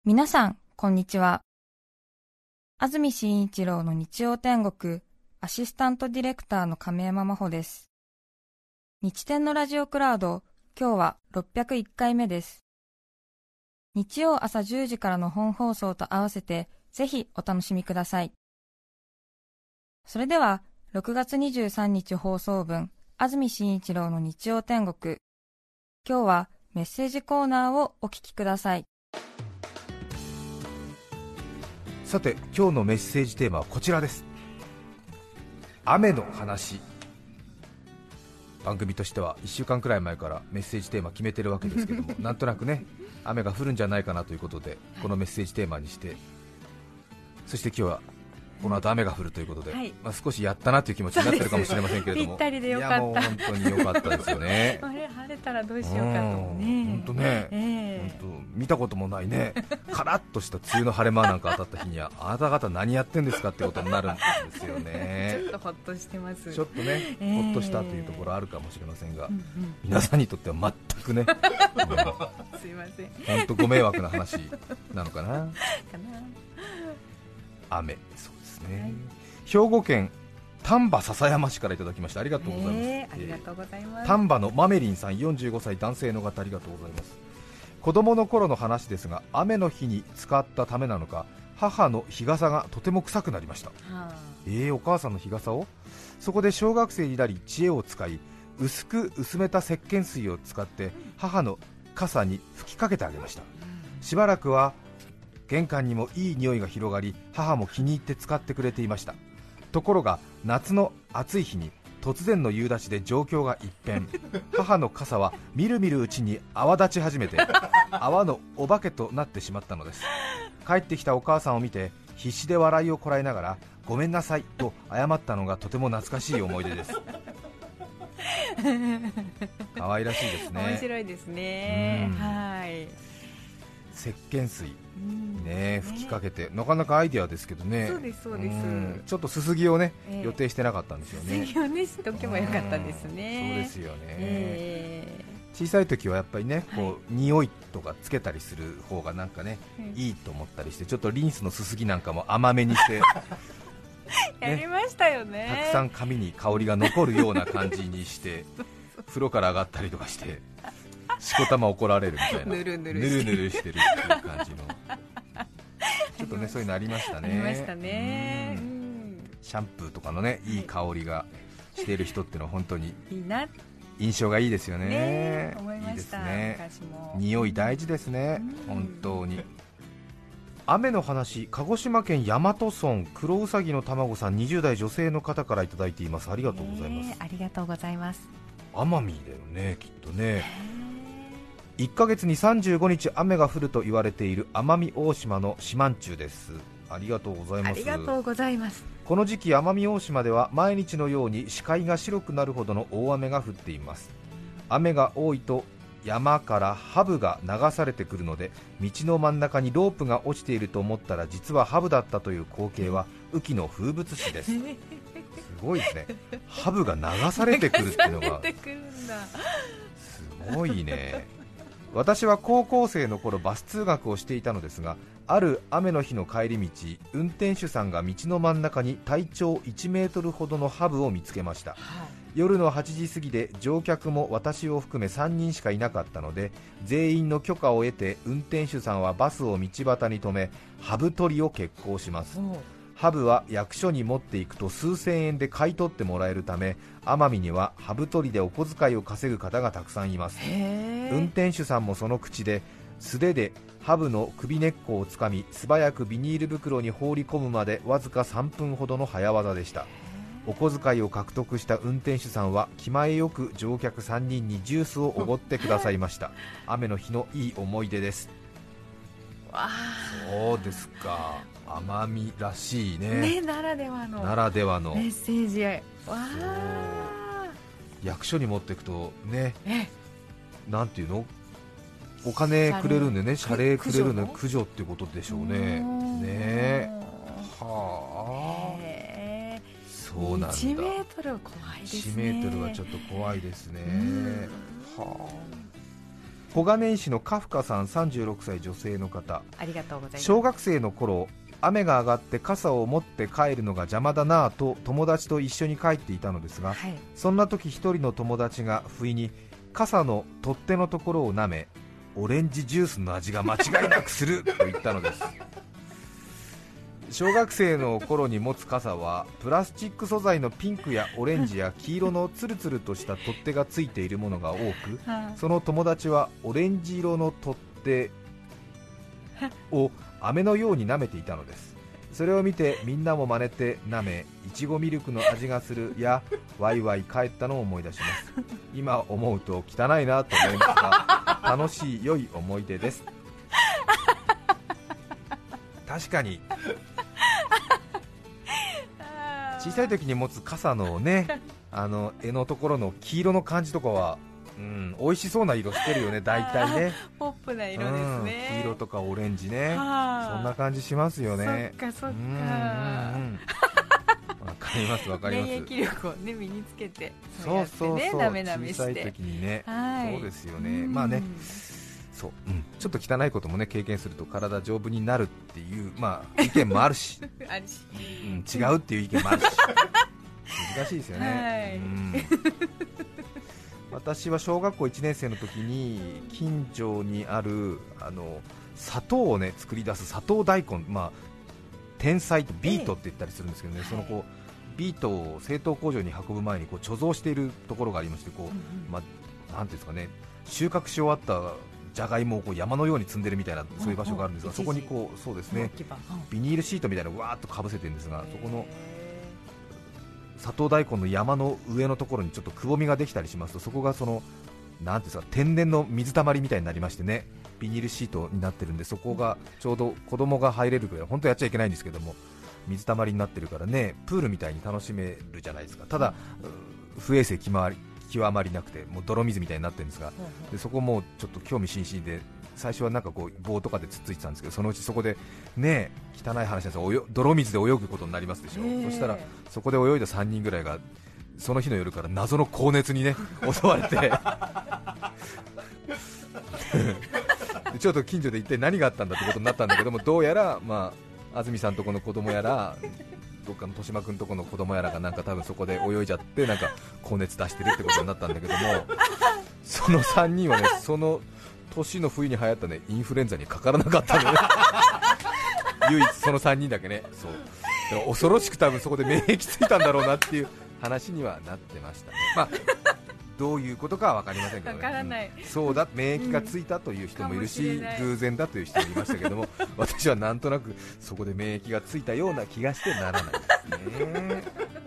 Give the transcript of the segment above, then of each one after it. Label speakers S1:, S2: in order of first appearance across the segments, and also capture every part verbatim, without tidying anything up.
S1: 皆さんこんにちは。安住紳一郎の日曜天国アシスタントディレクターの亀山真帆です。日天のラジオクラウド、今日はろっぴゃくいっかいめです。日曜朝じゅうじからの本放送と合わせてぜひお楽しみください。それではろくがつにじゅうさんにち放送分、安住紳一郎の日曜天国、今日はメッセージコーナーをお聞きください。
S2: さて今日のメッセージテーマはこちらです。雨の話。番組としてはいっしゅうかんくらい前からメッセージテーマ決めてるわけですけどもなんとなくね、雨が降るんじゃないかなということでこのメッセージテーマにして、そして今日はこの後雨が降るということで、はい、まあ、少しやったなという気持ちになってるかもしれませんけれども、
S1: ぴったりでよかった。
S2: いやもう本当に良かったですよね
S1: あれ晴れたらどうしようかとね。
S2: 本当ね、
S1: えー、
S2: 本当見たこともないねカラッとした梅雨の晴れ間なんか当たった日にはあなた方何やってんですかってことになるんですよね
S1: ちょっとほっとしてます。
S2: ちょっとね、
S1: えー、
S2: ほっとしたというところあるかもしれませんが、
S1: うんうん、
S2: 皆さんにとっては全くね、
S1: うん、すいません、
S2: 本当ご迷惑な話なのかなかな。雨、そうですね、はい、兵庫県丹波篠山市からいただきました。ありがとうございます、
S1: えー、ありがとうございます。
S2: 丹波のマメリンさん、よんじゅうごさい男性の方、ありがとうございます。子供の頃の話ですが、雨の日に使ったためなのか母の日傘がとても臭くなりました。はあ、えー、お母さんの日傘を。そこで小学生になり知恵を使い、薄く薄めた石鹸水を使って母の傘に吹きかけてあげました。しばらくは玄関にもいい匂いが広がり、母も気に入って使ってくれていました。ところが夏の暑い日に突然の夕立で状況が一変母の傘はみるみるうちに泡立ち始めて泡のお化けとなってしまったのです。帰ってきたお母さんを見て必死で笑いをこらえながらごめんなさいと謝ったのがとても懐かしい思い出です可愛らしいですね。
S1: 面白いですね。はい、
S2: 石鹸水ね、吹きかけて、なかなかアイデアですけどね。
S1: そうですそうです。
S2: ちょっとすすぎをね、えー、予定してなかったんですよね。
S1: すすぎをね、知っておけばよかったですね。
S2: そうですよね、
S1: え
S2: ー、小さい時はやっぱりね、こう、はい、匂いとかつけたりする方がなんかね、はい、いいと思ったりして、ちょっとリンスのすすぎなんかも甘めにして
S1: やりましたよね。
S2: たくさん髪に香りが残るような感じにして風呂から上がったりとかしてしこたま怒られるみたいな、
S1: ぬるぬる
S2: ぬるぬるしてるっていう感じのちょっとね、そういうのありましたね。
S1: ありましたね。うん、
S2: シャンプーとかのね、いい香りがしている人ってのは本当に
S1: いいな、
S2: 印象がいいですよね。
S1: ね、思いました。
S2: いいですね。
S1: 昔も
S2: 匂い大事ですね、本当に。雨の話、鹿児島県大和村黒うさぎの卵さん、にじゅうだい女性の方からいただいています。ありがとうございます。
S1: ありがとうございます。
S2: 奄美だよね、きっとね。いっかげつにさんじゅうごにち雨が降ると言われている奄美大島の四万十です。ありがとうございます。
S1: ありがとうございます。
S2: この時期奄美大島では毎日のように視界が白くなるほどの大雨が降っています。雨が多いと山からハブが流されてくるので、道の真ん中にロープが落ちていると思ったら実はハブだったという光景は雨季の風物詩です。すごいですね、ハブが流されてくるっていうのがすごいね。私は高校生の頃バス通学をしていたのですが、ある雨の日の帰り道、運転手さんが道の真ん中に体長いちメートルほどのハブを見つけました。はい、夜のはちじ過ぎで乗客も私を含めさんにんしかいなかったので、全員の許可を得て運転手さんはバスを道端に止め、ハブ取りを決行します。ハブは役所に持っていくと数千円で買い取ってもらえるため、奄美にはハブ取りでお小遣いを稼ぐ方がたくさんいます。運転手さんもその口で、素手でハブの首根っこをつかみ素早くビニール袋に放り込むまでわずかさんぷんほどの早業でした。お小遣いを獲得した運転手さんは気前よく乗客さんにんにジュースをおごってくださいました。雨の日のいい思い出です。わそうですか、奄美らしい ね,
S1: ねならではの
S2: ならではの
S1: メッセージ。わ
S2: 役所に持っていくとね、なんていうの、お金くれるんでね、謝礼くれるんで駆除っていうことでしょうね。ねはあ、そうなんだ。いち
S1: メートル怖いですね。
S2: いちメートルはちょっと怖いですね。はあ、 小金井市のカフカさんさんじゅうろくさい女性の方、
S1: ありがとうございます。
S2: 小学生の頃、雨が上がって傘を持って帰るのが邪魔だなぁと友達と一緒に帰っていたのですが、
S1: はい、
S2: そんな時一人の友達が不意に傘の取っ手のところを舐め、オレンジジュースの味が間違いなくすると言ったのです。小学生の頃に持つ傘はプラスチック素材のピンクやオレンジや黄色のツルツルとした取っ手がついているものが多く、その友達はオレンジ色の取っ手を飴のように舐めていたのです。それを見てみんなも真似て舐め、いちごミルクの味がするやワイワイ帰ったのを思い出します。今思うと汚いなと思いますが、楽しい良い思い出です。確かに小さい時に持つ傘のね、あの柄のところの黄色の感じとかは、うん、美味しそうな色してるよね、大体ね。
S1: ポップな色ですね、
S2: うん、黄色とかオレンジね、そんな感じしますよね。
S1: そっかそっか、うんうんうん、
S2: わかりますわかります。
S1: 免疫力を、ね、身につけて、
S2: そうやってね、
S1: なめなめして、
S2: 小さい時にね、
S1: はい、
S2: そうですよね。まあね、そう、うん、ちょっと汚いこともね経験すると体丈夫になるっていう、まあ、意見もあるし
S1: あるし、
S2: うん、違うっていう意見もあるし難しいですよね、
S1: はい、
S2: うん、私は小学校いちねん生の時に近所にあるあの砂糖をね作り出す砂糖大根、まあ、天才とビートって言ったりするんですけどね、ええ、そのこうビートを製糖工場に運ぶ前にこう貯蔵しているところがありまして、こう、うんうん、まあ、なんていうんですかね、収穫し終わったじゃがいもをこう山のように積んでるみたいな、そういう場所があるんですが、そこにこう、そうですね、ビニールシートみたいなのをわーっとかぶせてるんですが、そこの砂糖大根の山の上のところにちょっとくぼみができたりしますと、そこがそのなんていうんですか、天然の水たまりみたいになりましてね、ビニールシートになってるんで、そこがちょうど子供が入れるぐらい、本当やっちゃいけないんですけども、水たまりになってるからね、プールみたいに楽しめるじゃないですか。ただ不衛生極まり極まりなくて、もう泥水みたいになってるんですが、でそこもちょっと興味津々で、最初はなんかこう棒とかでつっついてたんですけど、そのうちそこでね、汚い話なんですが、およ泥水で泳ぐことになりますでしょ。そしたらそこで泳いださんにんぐらいがその日の夜から謎の高熱にね襲われてちょっと近所で一体何があったんだってことになったんだけども、どうやら、まあ、安住さんとこの子供やらどっかの豊島君とこの子供やらがなんか多分そこで泳いじゃってなんか高熱出してるってことになったんだけども、そのさんにんはね、その年の冬に流行ったねインフルエンザにかからなかったのよ唯一そのさんにんだけね。そうでも恐ろしく多分そこで免疫ついたんだろうなっていう話にはなってましたね。まあどういうことかは分かりませんけどね、
S1: からない、
S2: うん、そうだ、免疫がついたという人もいるし、うん、偶然だという人もいましたけども私はなんとなくそこで免疫がついたような気がしてならないですね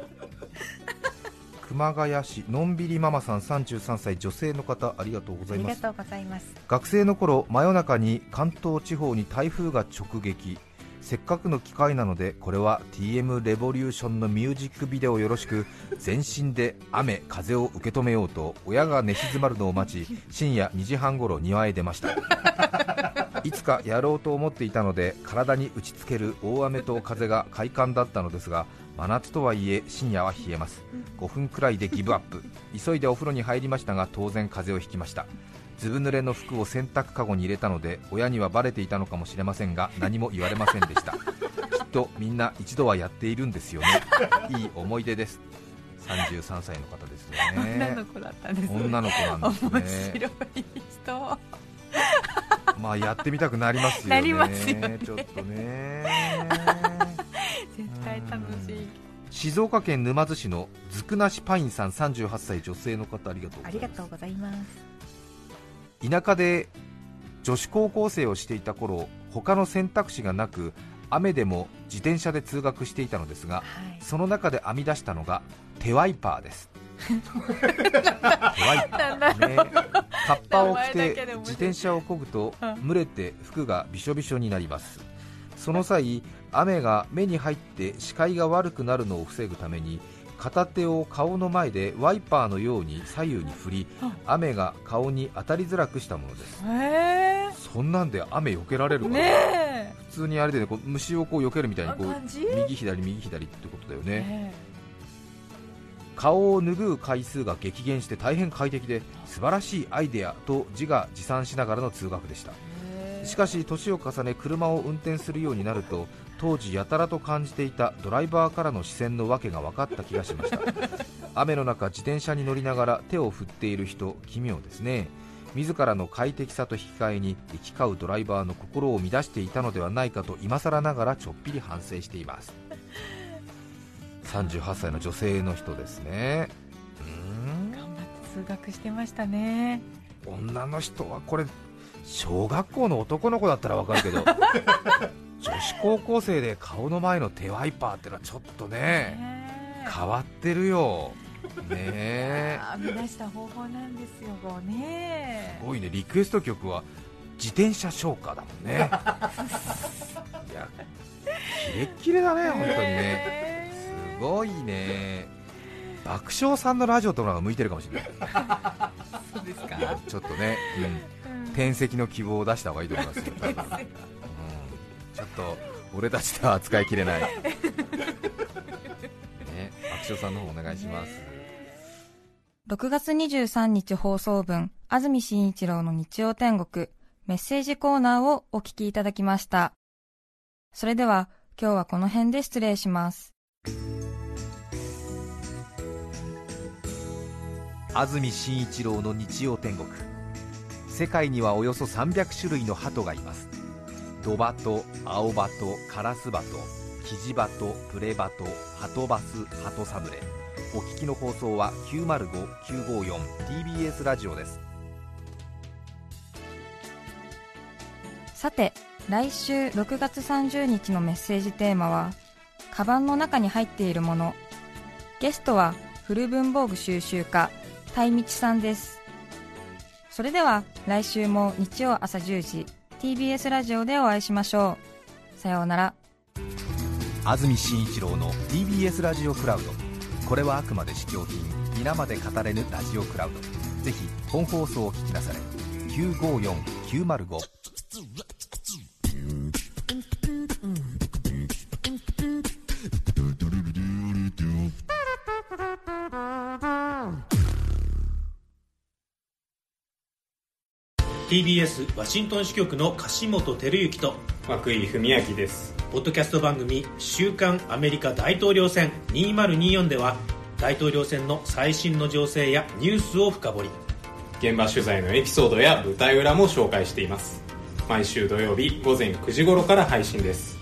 S2: 熊谷市のんびりママさんさんじゅうさんさい女性の方、ありがとうございます。
S1: ありがとうございます。
S2: 学生の頃、真夜中に関東地方に台風が直撃、せっかくの機会なのでこれは ティーエム レボリューションのミュージックビデオよろしく、全身で雨風を受け止めようと親が寝静まるのを待ち、深夜にじはんごろ庭へ出ましたいつかやろうと思っていたので体に打ちつける大雨と風が快感だったのですが、真夏とはいえ深夜は冷えます。ごふんくらいでギブアップ、急いでお風呂に入りましたが当然風邪をひきました。ずぶ濡れの服を洗濯かごに入れたので親にはバレていたのかもしれませんが何も言われませんでしたきっとみんな一度はやっているんですよね。いい思い出です。さんじゅうさんさいの方ですよね。
S1: 女の子だったんですね。
S2: 女の子なんですね。
S1: 面白い人
S2: まあやってみたくなりますよね。
S1: なりますよね、
S2: ちょっとね
S1: 絶対楽しい。
S2: 静岡県沼津市のずくなしパインさんさんじゅうはっさい女性の方、ありがとうございます。
S1: ありがとうございます。
S2: 田舎で女子高校生をしていた頃、他の選択肢がなく雨でも自転車で通学していたのですが、はい、その中で編み出したのが手ワイパーです手ワイパー、ね、カッパを着て自転車を漕ぐと蒸れて服がびしょびしょになります。その際、雨が目に入って視界が悪くなるのを防ぐために片手を顔の前でワイパーのように左右に振り、雨が顔に当たりづらくしたものです。
S1: へー、
S2: そんなんで雨避けられるかな、
S1: ね、
S2: 普通にあれで、ね、こう虫をこう避けるみたいにこう右左右左ってことだよね。 顔を拭う回数が激減して大変快適で素晴らしいアイデアと自画自賛しながらの通学でした。しかし年を重ね車を運転するようになると当時やたらと感じていたドライバーからの視線のわけが分かった気がしました雨の中自転車に乗りながら手を振っている人奇妙ですね。自らの快適さと引き換えに行き交うドライバーの心を乱していたのではないかと今更ながらちょっぴり反省しています。さんじゅうはっさいの女性の人ですね。うーん、
S1: 頑張って通学してましたね。
S2: 女の人はこれ小学校の男の子だったらわかるけど女子高校生で顔の前の手ワイパーってのはちょっとね変わってるよねえ。
S1: 編み出した方法なんですよね。
S2: すごいね。リクエスト曲は自転車消火だもんねいやキレッキレだね本当にね。すごいね。爆笑さんのラジオとかが向いてるかもしれない
S1: そうですか。
S2: ちょっとね、うん、転籍の希望を出した方がいいと思いますよ、うん、ちょっと俺たちとは扱いきれない、ね、爆笑さんの方お願いします。
S1: ろくがつにじゅうさんにち放送分、安住紳一郎の日曜天国メッセージコーナーをお聞きいただきました。それでは今日はこの辺で失礼します。
S2: 安住紳一郎の日曜天国。世界にはおよそさんびゃくしゅるいの鳩がいます。ドバト、アオバト、カラスバト、キジバト、プレバト、ハトバス、ハトサブレ。お聞きの放送は きゅうまるご きゅうごよん ティービーエス ラジオです。
S1: さて、来週ろくがつさんじゅうにちのメッセージテーマはカバンの中に入っているもの。ゲストは古文房具収集家たいみちさんです。それでは来週も日曜朝じゅうじ ティービーエス ラジオでお会いしましょう。さようなら。
S2: 安住紳一郎の ティービーエス ラジオクラウド。これはあくまで試供品、皆まで語れぬラジオクラウド。ぜひ本放送を聞きなされ。きゅうごよん きゅうまるご。
S3: ティービーエス ワシントン支局の樫本照之と
S4: 涌井文明です。
S3: ポッドキャスト番組週刊アメリカ大統領選にせんにじゅうよんでは大統領選の最新の情勢やニュースを深掘り、
S4: 現場取材のエピソードや舞台裏も紹介しています。毎週土曜日午前くじ頃から配信です。